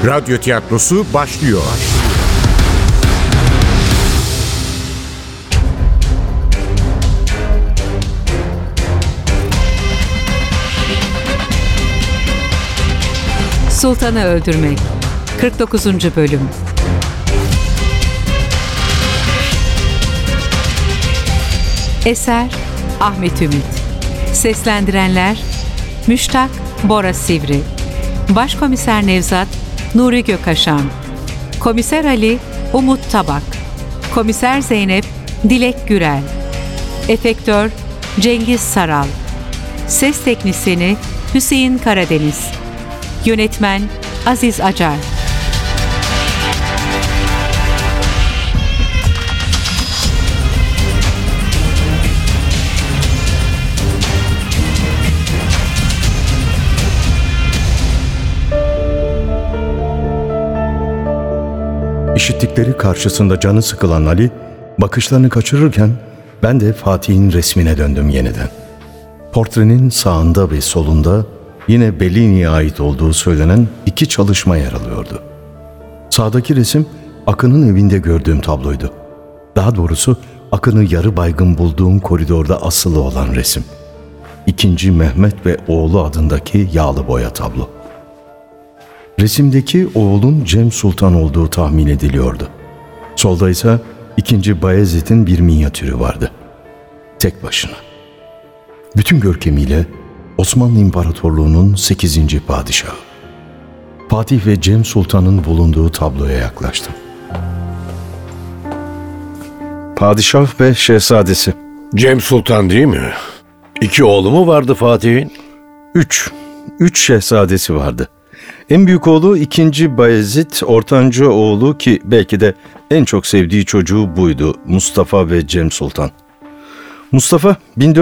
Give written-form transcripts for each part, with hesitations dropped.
Radyo tiyatrosu başlıyor. Sultanı Öldürmek 49. Bölüm. Eser Ahmet Ümit. Seslendirenler Müştak Bora Sivri, Başkomiser Nevzat Nuri Gökaşan, Komiser Ali Umut Tabak, Komiser Zeynep Dilek Gürel, Efektör Cengiz Saral, Ses Teknisyeni Hüseyin Karadeniz, Yönetmen Aziz Acar. İşittikleri karşısında canı sıkılan Ali, bakışlarını kaçırırken ben de Fatih'in resmine döndüm yeniden. Portrenin sağında ve solunda yine Bellini'ye ait olduğu söylenen iki çalışma yer alıyordu. Sağdaki resim Akın'ın evinde gördüğüm tabloydu. Daha doğrusu Akın'ı yarı baygın bulduğum koridorda asılı olan resim. İkinci Mehmet ve oğlu adındaki yağlı boya tablo. Resimdeki oğlun Cem Sultan olduğu tahmin ediliyordu. Solda ise 2. Bayezid'in bir minyatürü vardı. Tek başına. Bütün görkemiyle Osmanlı İmparatorluğu'nun 8. padişahı. Fatih ve Cem Sultan'ın bulunduğu tabloya yaklaştım. Padişah ve şehzadesi. Cem Sultan değil mi? 2 oğlu mu vardı Fatih'in? 3 şehzadesi vardı. En büyük oğlu 2. Bayezid, ortanca oğlu ki belki de en çok sevdiği çocuğu buydu, Mustafa ve Cem Sultan. Mustafa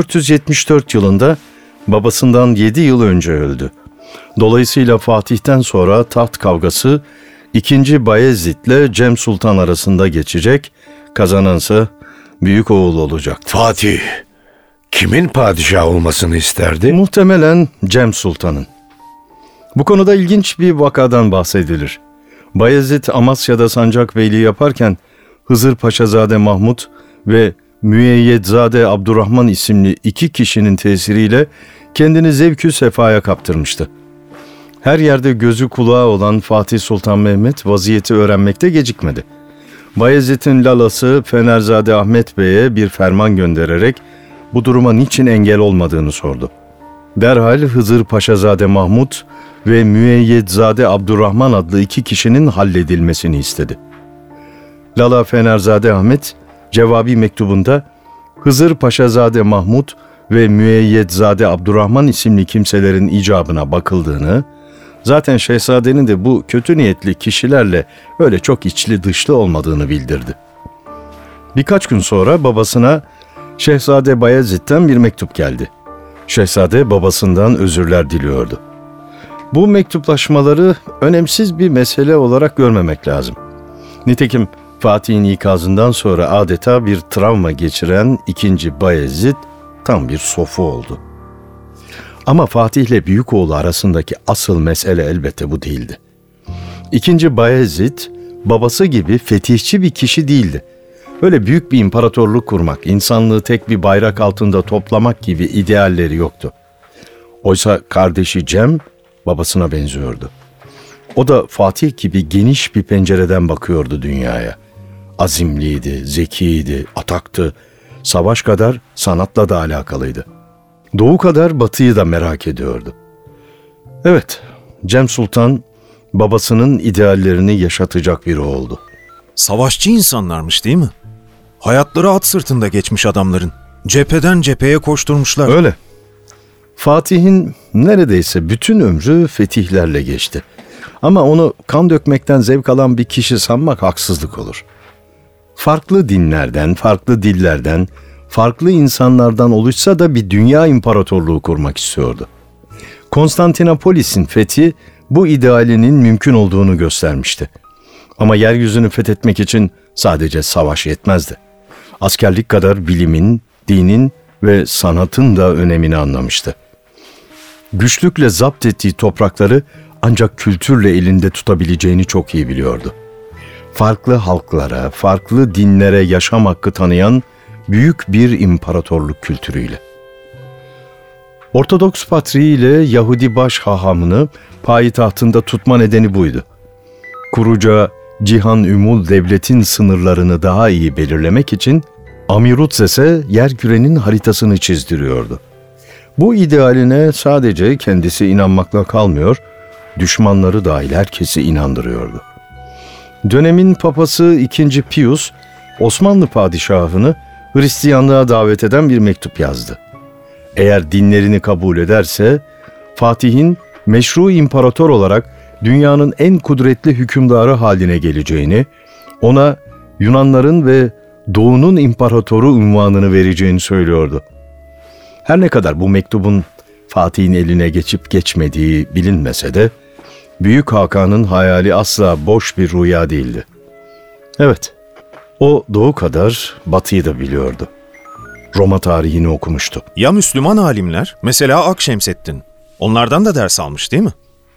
1474 yılında babasından 7 yıl önce öldü. Dolayısıyla Fatih'ten sonra taht kavgası 2. Bayezid ile Cem Sultan arasında geçecek, kazanansa büyük oğul olacaktı. Fatih, kimin padişah olmasını isterdi? Muhtemelen Cem Sultan'ın. Bu konuda ilginç bir vakadan bahsedilir. Bayezid Amasya'da sancakbeyliği yaparken Hızır Paşazade Mahmud ve Müeyyedzade Abdurrahman isimli 2 kişinin tesiriyle kendini zevkü sefaya kaptırmıştı. Her yerde gözü kulağı olan Fatih Sultan Mehmet vaziyeti öğrenmekte gecikmedi. Bayezid'in lalası Fenerzade Ahmet Bey'e bir ferman göndererek bu duruma niçin engel olmadığını sordu. Derhal Hızır Paşazade Mahmud ve Müeyyedzade Abdurrahman adlı 2 kişinin halledilmesini istedi. Lala Fenerzade Ahmet cevabi mektubunda Hızır Paşazade Mahmud ve Müeyyedzade Abdurrahman isimli kimselerin icabına bakıldığını, zaten şehzadenin de bu kötü niyetli kişilerle öyle çok içli dışlı olmadığını bildirdi. Birkaç gün sonra babasına Şehzade Bayezid'den bir mektup geldi. Şehzade babasından özürler diliyordu. Bu mektuplaşmaları önemsiz bir mesele olarak görmemek lazım. Nitekim Fatih'in ikazından sonra adeta bir travma geçiren 2. Bayezid tam bir sofu oldu. Ama Fatih ile büyük oğlu arasındaki asıl mesele elbette bu değildi. 2. Bayezid babası gibi fetihçi bir kişi değildi. Öyle büyük bir imparatorluk kurmak, insanlığı tek bir bayrak altında toplamak gibi idealleri yoktu. Oysa kardeşi Cem babasına benziyordu. O da Fatih gibi geniş bir pencereden bakıyordu dünyaya. Azimliydi, zekiydi, ataktı. Savaş kadar sanatla da alakalıydı. Doğu kadar batıyı da merak ediyordu. Evet, Cem Sultan babasının ideallerini yaşatacak biri oldu. Savaşçı insanlarmış değil mi? Hayatları at sırtında geçmiş adamların. Cepheden cepheye koşturmuşlar. Öyle. Fatih'in neredeyse bütün ömrü fetihlerle geçti. Ama onu kan dökmekten zevk alan bir kişi sanmak haksızlık olur. Farklı dinlerden, farklı dillerden, farklı insanlardan oluşsa da bir dünya imparatorluğu kurmak istiyordu. Konstantinopolis'in fethi bu idealinin mümkün olduğunu göstermişti. Ama yeryüzünü fethetmek için sadece savaş yetmezdi. Askerlik kadar bilimin, dinin ve sanatın da önemini anlamıştı. Güçlükle zapt ettiği toprakları ancak kültürle elinde tutabileceğini çok iyi biliyordu. Farklı halklara, farklı dinlere yaşam hakkı tanıyan büyük bir imparatorluk kültürüyle. Ortodoks Patriği ile Yahudi baş hahamını payitahtında tutma nedeni buydu. Kuruca Cihan Ümul Devlet'in sınırlarını daha iyi belirlemek için Amirutzes'e yerkürenin haritasını çizdiriyordu. Bu idealine sadece kendisi inanmakla kalmıyor, düşmanları dahil herkesi inandırıyordu. Dönemin papası 2. Pius, Osmanlı padişahını Hristiyanlığa davet eden bir mektup yazdı. Eğer dinlerini kabul ederse, Fatih'in meşru imparator olarak dünyanın en kudretli hükümdarı haline geleceğini, ona Yunanların ve Doğu'nun imparatoru unvanını vereceğini söylüyordu. Her ne kadar bu mektubun Fatih'in eline geçip geçmediği bilinmese de, Büyük Hakan'ın hayali asla boş bir rüya değildi. Evet, o Doğu kadar Batı'yı da biliyordu. Roma tarihini okumuştu. Ya Müslüman alimler? Mesela Akşemseddin. Onlardan da ders almış değil mi?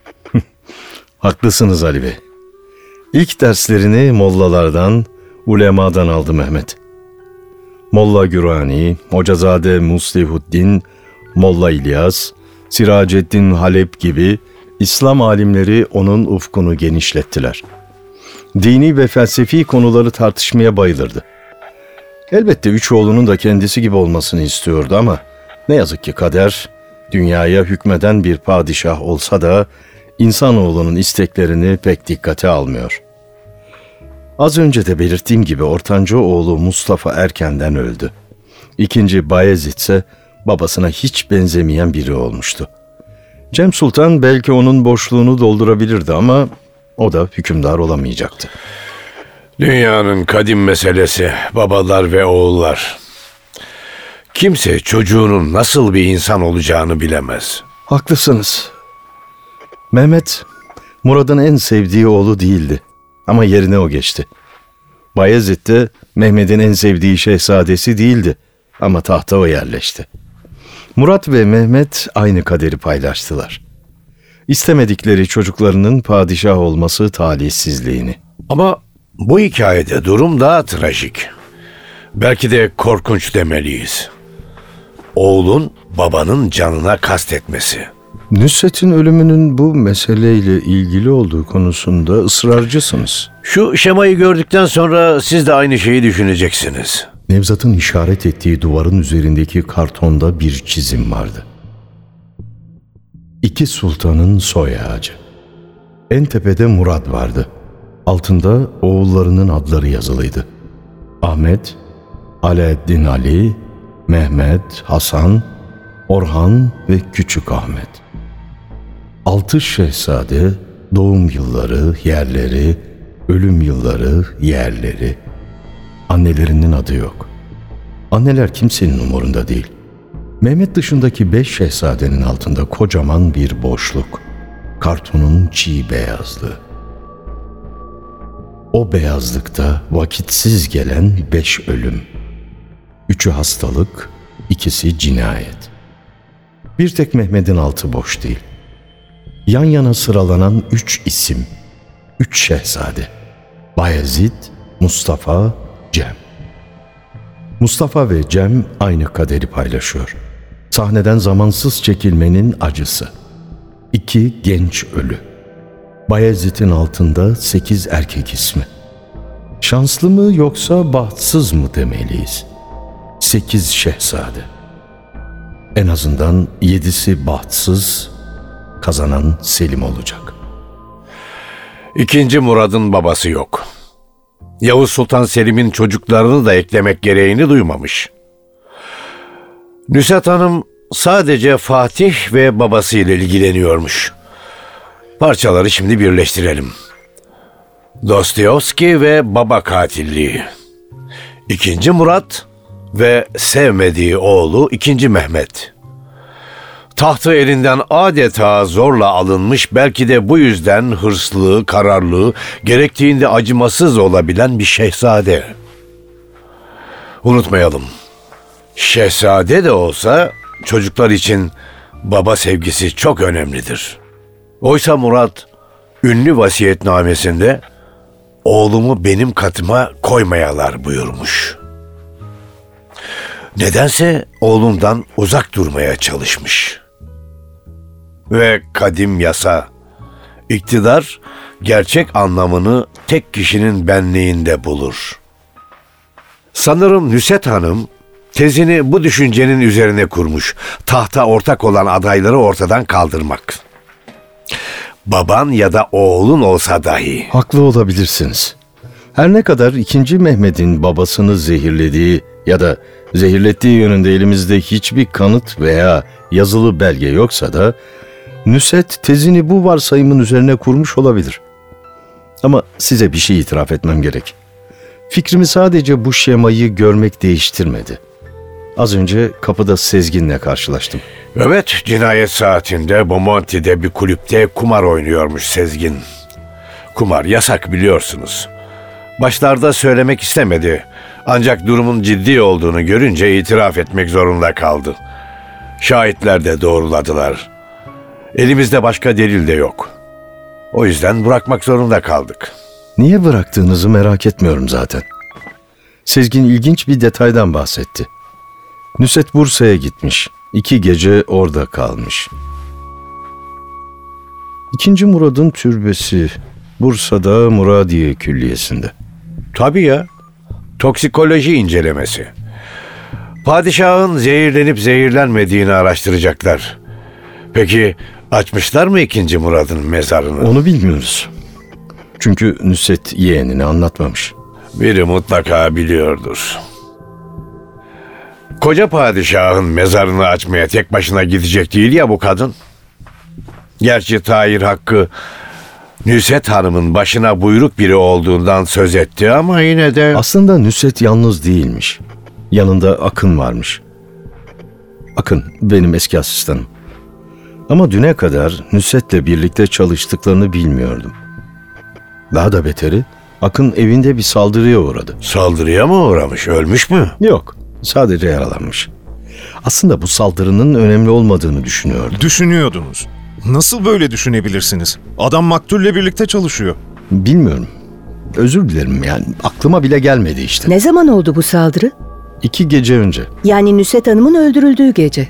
Haklısınız Ali Bey. İlk derslerini mollalardan, ulemadan aldı Mehmet. Molla Gürani, Hocazade Muslihuddin, Molla İlyas, Siraceddin Halep gibi İslam alimleri onun ufkunu genişlettiler. Dini ve felsefi konuları tartışmaya bayılırdı. Elbette üç oğlunun da kendisi gibi olmasını istiyordu ama ne yazık ki kader, dünyaya hükmeden bir padişah olsa da insanoğlunun isteklerini pek dikkate almıyor. Az önce de belirttiğim gibi ortanca oğlu Mustafa erkenden öldü. İkinci Bayezid ise babasına hiç benzemeyen biri olmuştu. Cem Sultan belki onun boşluğunu doldurabilirdi ama o da hükümdar olamayacaktı. Dünyanın kadim meselesi babalar ve oğullar. Kimse çocuğunun nasıl bir insan olacağını bilemez. Haklısınız. Mehmet, Murad'ın en sevdiği oğlu değildi ama yerine o geçti. Bayezid de Mehmet'in en sevdiği şehzadesi değildi ama tahta o yerleşti. Murat ve Mehmet aynı kaderi paylaştılar. İstemedikleri çocuklarının padişah olması talihsizliğini. Ama bu hikayede durum daha trajik. Belki de korkunç demeliyiz. Oğlun babanın canına kastetmesi. Nusret'in ölümünün bu meseleyle ilgili olduğu konusunda ısrarcısınız. Şu şemayı gördükten sonra siz de aynı şeyi düşüneceksiniz. Nevzat'ın işaret ettiği duvarın üzerindeki kartonda bir çizim vardı. İki sultanın soy ağacı. En tepede Murad vardı. Altında oğullarının adları yazılıydı. Ahmet, Alaaddin Ali, Mehmet, Hasan, Orhan ve Küçük Ahmet. 6 şehzade, doğum yılları, yerleri, ölüm yılları, yerleri. Annelerinin adı yok. Anneler kimsenin umurunda değil. Mehmet dışındaki 5 şehzadenin altında kocaman bir boşluk. Kartonun çiğ beyazlığı. O beyazlıkta vakitsiz gelen 5 ölüm. 3'ü hastalık, 2'si cinayet. Bir tek Mehmet'in altı boş değil. Yan yana sıralanan 3 isim, 3 şehzade. Bayezid, Mustafa, Cem. Mustafa ve Cem aynı kaderi paylaşıyor. Sahneden zamansız çekilmenin acısı. 2 genç ölü. Bayezid'in altında 8 erkek ismi. Şanslı mı yoksa bahtsız mı demeliyiz? 8 şehzade. En azından 7'si bahtsız, kazanan Selim olacak. 2. Murad'ın babası yok. Yavuz Sultan Selim'in çocuklarını da eklemek gereğini duymamış. Nusret Hanım sadece Fatih ve babasıyla ilgileniyormuş. Parçaları şimdi birleştirelim. Dostoyevski ve baba katilliği. 2. Murat ve sevmediği oğlu 2. Mehmet. Tahtı elinden adeta zorla alınmış, belki de bu yüzden hırslı, kararlı, gerektiğinde acımasız olabilen bir şehzade. Unutmayalım, şehzade de olsa çocuklar için baba sevgisi çok önemlidir. Oysa Murat ünlü vasiyetnamesinde oğlumu benim katıma koymayalar buyurmuş. Nedense oğlumdan uzak durmaya çalışmış. Ve kadim yasa, iktidar gerçek anlamını tek kişinin benliğinde bulur. Sanırım Nusret Hanım tezini bu düşüncenin üzerine kurmuş. Tahta ortak olan adayları ortadan kaldırmak. Baban ya da oğlun olsa dahi. Haklı olabilirsiniz. Her ne kadar 2. Mehmet'in babasını zehirlediği ya da zehirlettiği yönünde elimizde hiçbir kanıt veya yazılı belge yoksa da Nusret tezini bu varsayımın üzerine kurmuş olabilir. Ama size bir şey itiraf etmem gerek. Fikrimi sadece bu şemayı görmek değiştirmedi. Az önce kapıda Sezgin'le karşılaştım. Evet, cinayet saatinde Bomonti'de bir kulüpte kumar oynuyormuş Sezgin. Kumar yasak biliyorsunuz. Başlarda söylemek istemedi. Ancak durumun ciddi olduğunu görünce itiraf etmek zorunda kaldı. Şahitler de doğruladılar. Elimizde başka delil de yok. O yüzden bırakmak zorunda kaldık. Niye bıraktığınızı merak etmiyorum zaten. Sezgin ilginç bir detaydan bahsetti. Nusret Bursa'ya gitmiş. 2 gece orada kalmış. 2. Murad'ın türbesi Bursa'da Muradiye Külliyesi'nde. Tabii ya. Toksikoloji incelemesi. Padişahın zehirlenip zehirlenmediğini araştıracaklar. Peki açmışlar mı 2. Murad'ın mezarını? Onu bilmiyoruz. Çünkü Nusret yeğenini anlatmamış. Biri mutlaka biliyordur. Koca padişahın mezarını açmaya tek başına gidecek değil ya bu kadın. Gerçi Tahir Hakkı Nusret Hanım'ın başına buyruk biri olduğundan söz etti ama yine de... Aslında Nusret yalnız değilmiş. Yanında Akın varmış. Akın benim eski asistanım. Ama düne kadar Nusret'le birlikte çalıştıklarını bilmiyordum. Daha da beteri Akın evinde bir saldırıya uğradı. Saldırıya mı uğramış? Ölmüş mü? Yok, sadece yaralanmış. Aslında bu saldırının önemli olmadığını düşünüyordum. Düşünüyordunuz. Nasıl böyle düşünebilirsiniz? Adam maktulle birlikte çalışıyor. Bilmiyorum. Özür dilerim yani aklıma bile gelmedi işte. Ne zaman oldu bu saldırı? 2 gece önce. Yani Nusret Hanım'ın öldürüldüğü gece.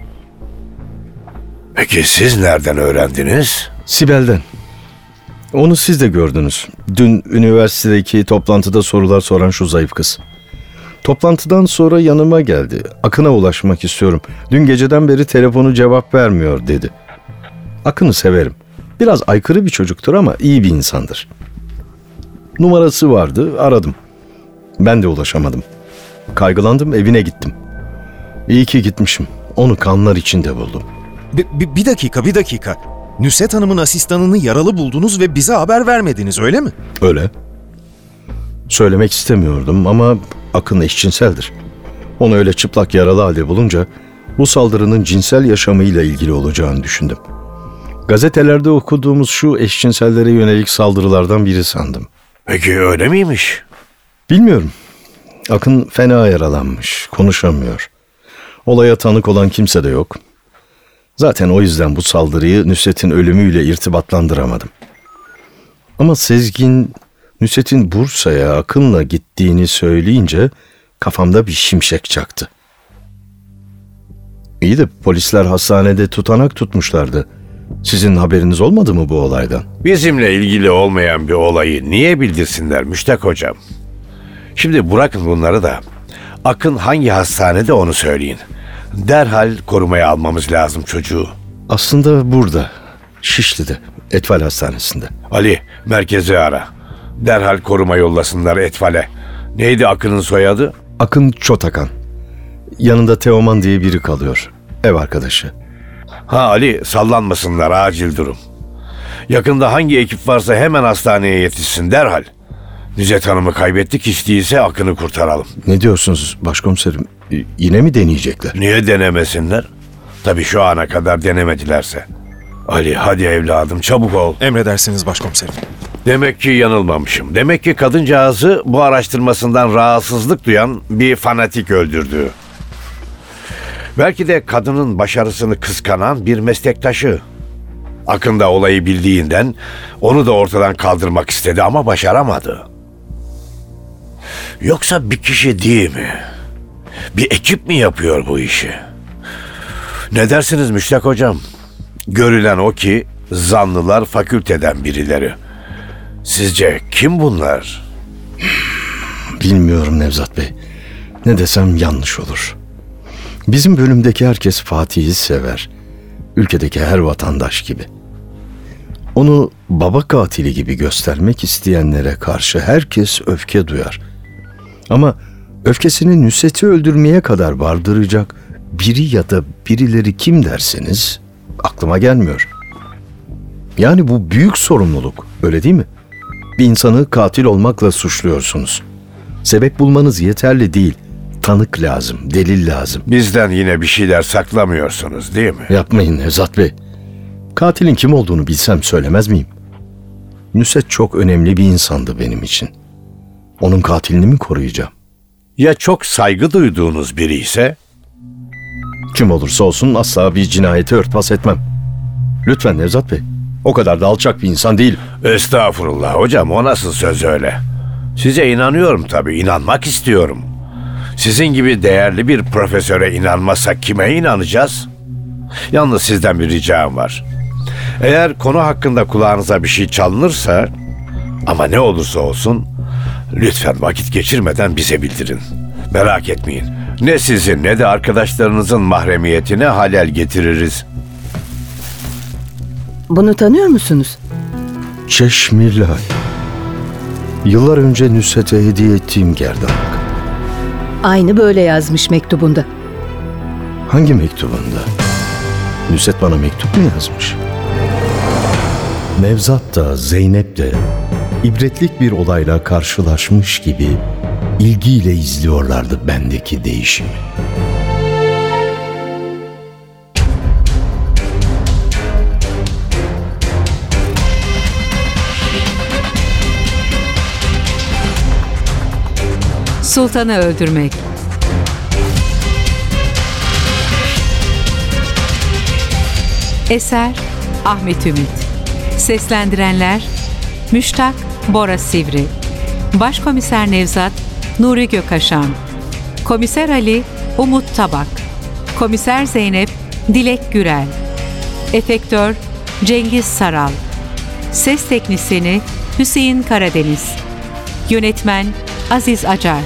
Peki siz nereden öğrendiniz? Sibel'den. Onu siz de gördünüz. Dün üniversitedeki toplantıda sorular soran şu zayıf kız. Toplantıdan sonra yanıma geldi. Akın'a ulaşmak istiyorum. Dün geceden beri telefonu cevap vermiyor dedi. Akın'ı severim. Biraz aykırı bir çocuktur ama iyi bir insandır. Numarası vardı, aradım. Ben de ulaşamadım. Kaygılandım, evine gittim. İyi ki gitmişim. Onu kanlar içinde buldum. Bir dakika. Nusret Hanım'ın asistanını yaralı buldunuz ve bize haber vermediniz öyle mi? Öyle. Söylemek istemiyordum ama Akın eşcinseldir. Onu öyle çıplak yaralı halde bulunca bu saldırının cinsel yaşamıyla ilgili olacağını düşündüm. Gazetelerde okuduğumuz şu eşcinsellere yönelik saldırılardan biri sandım. Peki öyle miymiş? Bilmiyorum. Akın fena yaralanmış, konuşamıyor. Olaya tanık olan kimse de yok. Zaten o yüzden bu saldırıyı Nusret'in ölümüyle irtibatlandıramadım. Ama Sezgin, Nusret'in Bursa'ya Akın'la gittiğini söyleyince kafamda bir şimşek çaktı. İyi de polisler hastanede tutanak tutmuşlardı. Sizin haberiniz olmadı mı bu olaydan? Bizimle ilgili olmayan bir olayı niye bildirsinler Müştak hocam? Şimdi bırakın bunları da. Akın hangi hastanede onu söyleyin. Derhal korumaya almamız lazım çocuğu. Aslında burada, Şişli'de, Etfal Hastanesi'nde. Ali, merkezi ara. Derhal koruma yollasınlar Etfal'e. Neydi Akın'ın soyadı? Akın Çotakan. Yanında Teoman diye biri kalıyor. Ev arkadaşı. Ha Ali, sallanmasınlar, acil durum. Yakında hangi ekip varsa hemen hastaneye yetişsin derhal. Nusret Hanım'ı kaybettik, hiç değilse Akın'ı kurtaralım. Ne diyorsunuz başkomiserim? Yine mi deneyecekler? Niye denemesinler? Tabii şu ana kadar denemedilerse. Ali hadi evladım çabuk ol. Emredersiniz başkomiserim. Demek ki yanılmamışım. Demek ki kadıncağızı bu araştırmasından rahatsızlık duyan bir fanatik öldürdü. Belki de kadının başarısını kıskanan bir meslektaşı. Akın da olayı bildiğinden onu da ortadan kaldırmak istedi ama başaramadı. Yoksa bir kişi değil mi? Bir ekip mi yapıyor bu işi? Ne dersiniz Müştak hocam? Görülen o ki zanlılar fakülteden birileri. Sizce kim bunlar? Bilmiyorum Nevzat Bey. Ne desem yanlış olur. Bizim bölümdeki herkes Fatih'i sever. Ülkedeki her vatandaş gibi. Onu baba katili gibi göstermek isteyenlere karşı herkes öfke duyar. Ama öfkesini Nusret'i öldürmeye kadar vardıracak biri ya da birileri kim derseniz aklıma gelmiyor. Yani bu büyük sorumluluk, öyle değil mi? Bir insanı katil olmakla suçluyorsunuz. Sebep bulmanız yeterli değil. Tanık lazım, delil lazım. Bizden yine bir şeyler saklamıyorsunuz değil mi? Yapmayın Nevzat Bey. Katilin kim olduğunu bilsem söylemez miyim? Nusret çok önemli bir insandı benim için. Onun katilini mi koruyacağım? Ya çok saygı duyduğunuz biri ise? Kim olursa olsun asla bir cinayeti örtbas etmem. Lütfen Nevzat Bey. O kadar da alçak bir insan değilim. Estağfurullah hocam, o nasıl söz öyle? Size inanıyorum tabii, inanmak istiyorum. Sizin gibi değerli bir profesöre inanmasak kime inanacağız? Yalnız sizden bir ricam var. Eğer konu hakkında kulağınıza bir şey çalınırsa, ama ne olursa olsun, lütfen vakit geçirmeden bize bildirin. Merak etmeyin. Ne sizin ne de arkadaşlarınızın mahremiyetine halel getiririz. Bunu tanıyor musunuz? Çeşmilay. Yıllar önce Nusret'e hediye ettiğim gerdanlık. Aynı böyle yazmış mektubunda. Hangi mektubunda? Nusret bana mektup mu yazmış? Nevzat da Zeynep de ibretlik bir olayla karşılaşmış gibi ilgiyle izliyorlardı bendeki değişimi. Sultanı öldürmek. Eser Ahmet Ümit. Seslendirenler Müştak Bora Sivri, Başkomiser Nevzat Nuri Gökaşan, Komiser Ali Umut Tabak, Komiser Zeynep Dilek Gürel, Efektör Cengiz Saral, Ses Teknisyeni Hüseyin Karadeniz, Yönetmen Aziz Acar.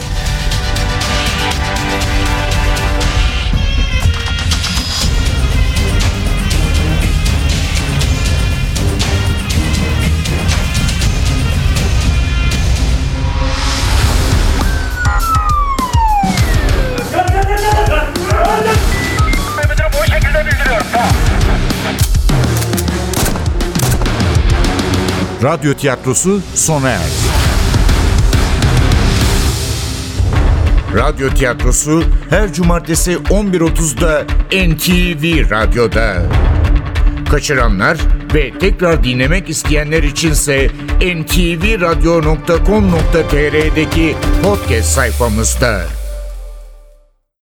Radyo tiyatrosu sona erdi. Radyo tiyatrosu her cumartesi 11.30'da NTV Radyo'da. Kaçıranlar ve tekrar dinlemek isteyenler içinse ntvradyo.com.tr'deki podcast sayfamızda.